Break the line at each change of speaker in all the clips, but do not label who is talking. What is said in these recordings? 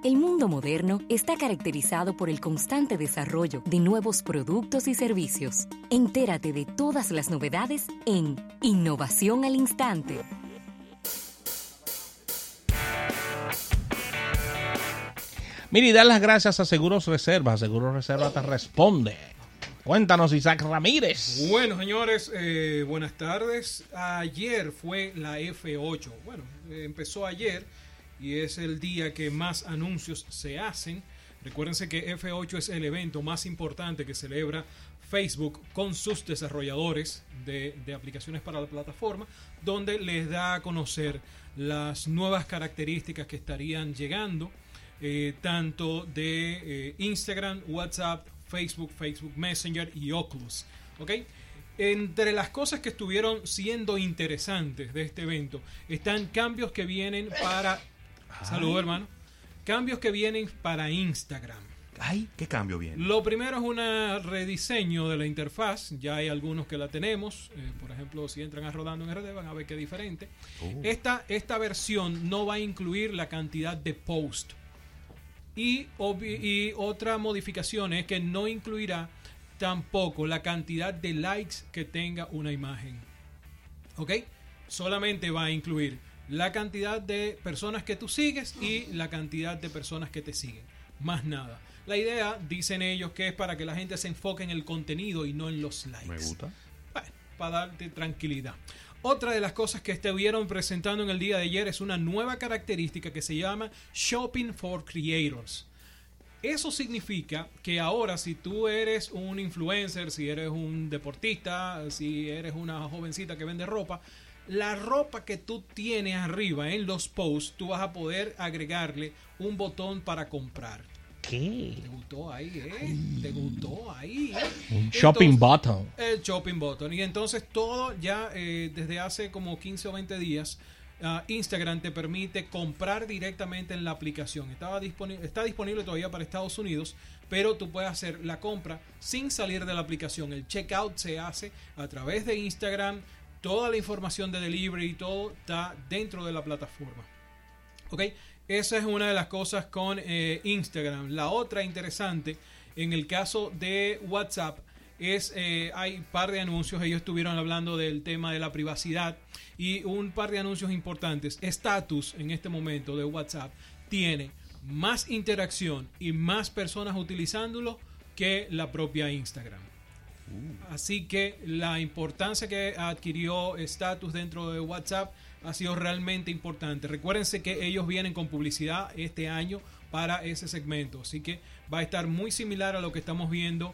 El mundo moderno está caracterizado por el constante desarrollo de nuevos productos y servicios. Entérate de todas las novedades en Innovación al Instante.
Mira, y dar las gracias a Seguros Reserva. Seguros Reserva te responde. Cuéntanos, Isaac Ramírez.
Bueno, señores, buenas tardes. Ayer fue la F8. Bueno, empezó ayer y es el día que más anuncios se hacen. Recuérdense que F8 es el evento más importante que celebra Facebook con sus desarrolladores de aplicaciones para la plataforma, donde les da a conocer las nuevas características que estarían llegando, tanto de Instagram, WhatsApp, Facebook Messenger y Oculus. ¿Ok? Entre las cosas que estuvieron siendo interesantes de este evento están cambios que vienen para... Saludos, hermano. Cambios que vienen para Instagram.
Ay, ¿qué cambio viene?
Lo primero es un rediseño de la interfaz. Ya hay algunos que la tenemos. Por ejemplo, si entran a Rodando en RD van a ver que es diferente. Esta versión no va a incluir la cantidad de post. Y otra modificación es que no incluirá tampoco la cantidad de likes que tenga una imagen. ¿Ok? Solamente va a incluir la cantidad de personas que tú sigues y la cantidad de personas que te siguen. Más nada. La idea, dicen ellos, que es para que la gente se enfoque en el contenido y no en los likes.
Me gusta.
Bueno, para darte tranquilidad. Otra de las cosas que estuvieron presentando en el día de ayer es una nueva característica que se llama Shopping for Creators. Eso significa que ahora si tú eres un influencer, si eres un deportista, si eres una jovencita que vende ropa, la ropa que tú tienes arriba en los posts, tú vas a poder agregarle un botón para comprar.
¿Qué?
¿Te gustó ahí, ¿Te gustó ahí?
Un shopping button.
El shopping button. Y entonces todo ya desde hace como 15 o 20 días, Instagram te permite comprar directamente en la aplicación. Está disponible todavía para Estados Unidos, pero tú puedes hacer la compra sin salir de la aplicación. El checkout se hace a través de Instagram. Toda la información de delivery y todo está dentro de la plataforma. ¿Ok? Esa es una de las cosas con Instagram. La otra interesante, en el caso de WhatsApp, es hay un par de anuncios. Ellos estuvieron hablando del tema de la privacidad y un par de anuncios importantes. Status en este momento de WhatsApp tiene más interacción y más personas utilizándolo que la propia Instagram. Así que la importancia que adquirió Status dentro de WhatsApp ha sido realmente importante. Recuérdense que ellos vienen con publicidad este año para ese segmento, así que va a estar muy similar a lo que estamos viendo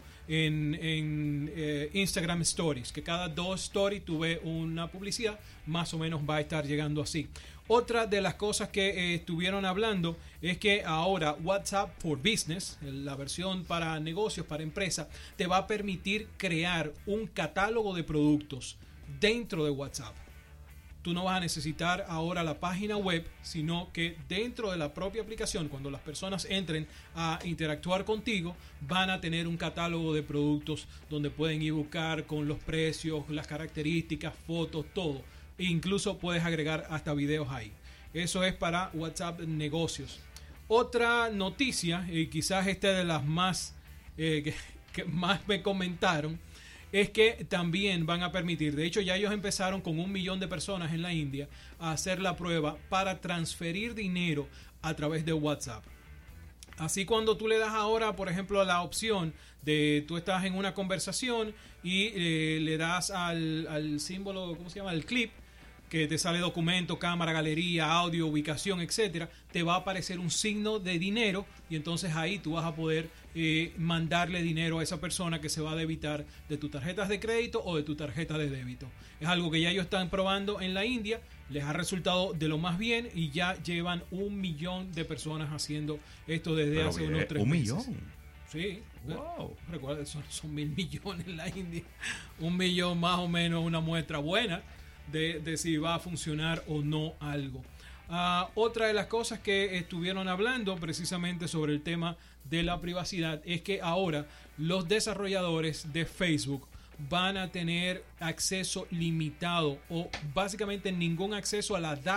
en Instagram Stories, que cada 2 stories tuve una publicidad, más o menos va a estar llegando así. Otra de las cosas que estuvieron hablando es que ahora WhatsApp for Business, la versión para negocios, para empresas, te va a permitir crear un catálogo de productos dentro de WhatsApp. Tú no vas a necesitar ahora la página web, sino que dentro de la propia aplicación, cuando las personas entren a interactuar contigo, van a tener un catálogo de productos donde pueden ir a buscar con los precios, las características, fotos, todo. E incluso puedes agregar hasta videos ahí. Eso es para WhatsApp Negocios. Otra noticia, y quizás esta de las más que más me comentaron, es que también van a permitir, de hecho ya ellos empezaron con 1 millón de personas en la India a hacer la prueba para transferir dinero a través de WhatsApp. Así cuando tú le das ahora, por ejemplo, la opción de tú estás en una conversación y le das al símbolo, ¿cómo se llama? El clip, que te sale documento, cámara, galería, audio, ubicación, etcétera, te va a aparecer un signo de dinero y entonces ahí tú vas a poder mandarle dinero a esa persona que se va a debitar de tus tarjetas de crédito o de tu tarjeta de débito. Es algo que ya ellos están probando en la India, les ha resultado de lo más bien y ya llevan 1 millón de personas haciendo esto desde hace unos 3 meses.
¿1 millón?
Sí.
Wow.
Recuerda, son 1.000 millones en la India. 1 millón más o menos, una muestra buena de si va a funcionar o no algo. Otra de las cosas que estuvieron hablando precisamente sobre el tema de la privacidad es que ahora los desarrolladores de Facebook van a tener acceso limitado o básicamente ningún acceso a la data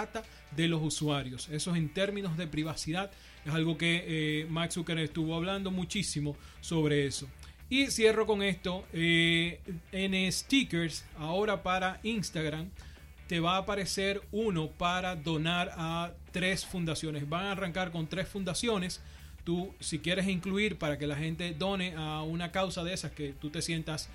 de los usuarios. Eso en términos de privacidad es algo que Mark Zuckerberg estuvo hablando muchísimo sobre eso. Y cierro con esto. En stickers, ahora para Instagram, te va a aparecer uno para donar a 3 fundaciones. Van a arrancar con 3 fundaciones. Tú, si quieres incluir para que la gente done a una causa de esas que tú te sientas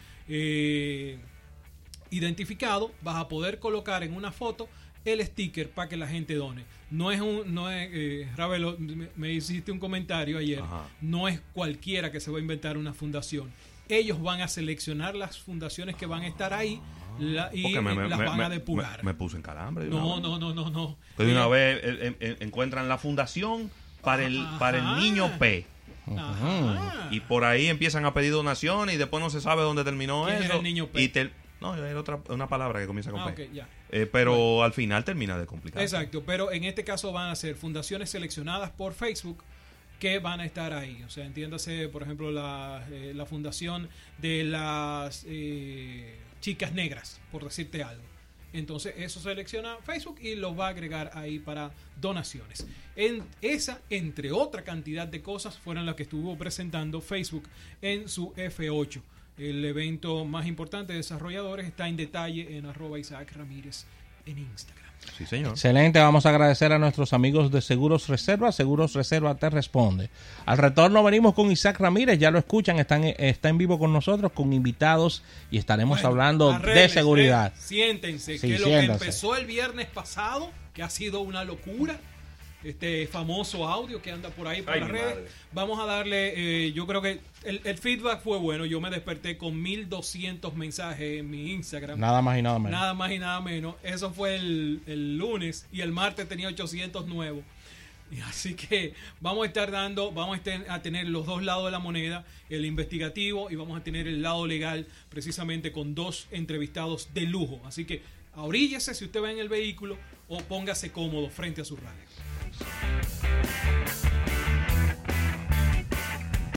identificado, vas a poder colocar en una foto el sticker para que la gente done. Ravelo, me hiciste un comentario ayer.
Ajá.
No es cualquiera que se va a inventar una fundación. Ellos van a seleccionar las fundaciones que van a estar ahí y las van a depurar.
Me puse en calambre.
No.
Que de una vez encuentran la fundación para el niño P.
Ajá.
Y por ahí empiezan a pedir donaciones y después no se sabe dónde terminó
¿Quién
eso.
era el niño P?
No, era una palabra que comienza con P.
Ok, ya.
Pero al final termina de complicar.
Exacto, pero en este caso van a ser fundaciones seleccionadas por Facebook que van a estar ahí. O sea, entiéndase, por ejemplo, la fundación de las chicas negras, por decirte algo. Entonces, eso selecciona Facebook y lo va a agregar ahí para donaciones. Esa, entre otra cantidad de cosas, fueron las que estuvo presentando Facebook en su F8. El evento más importante de desarrolladores está en detalle en @IsaacRamírez en Instagram.
Sí, señor.
Excelente, vamos a agradecer a nuestros amigos de Seguros Reserva. Seguros Reserva te responde. Al retorno venimos con Isaac Ramírez, ya lo escuchan, está en vivo con nosotros, con invitados, y estaremos hablando de seguridad.
Siéntense,
Sí,
que lo
siéntense.
que empezó el viernes pasado, que ha sido una locura, este famoso audio que anda por ahí por
Ay,
las
mi
redes,
madre.
vamos a darle, yo creo que el feedback fue bueno. Yo me desperté con 1200 mensajes en mi Instagram.
Nada más y nada menos.
Nada más y nada menos. Eso fue el lunes y el martes tenía 800 nuevos. Y así que vamos a tener los dos lados de la moneda, el investigativo y vamos a tener el lado legal, precisamente con 2 entrevistados de lujo. Así que ahoríllese si usted va en el vehículo o póngase cómodo frente a su radio.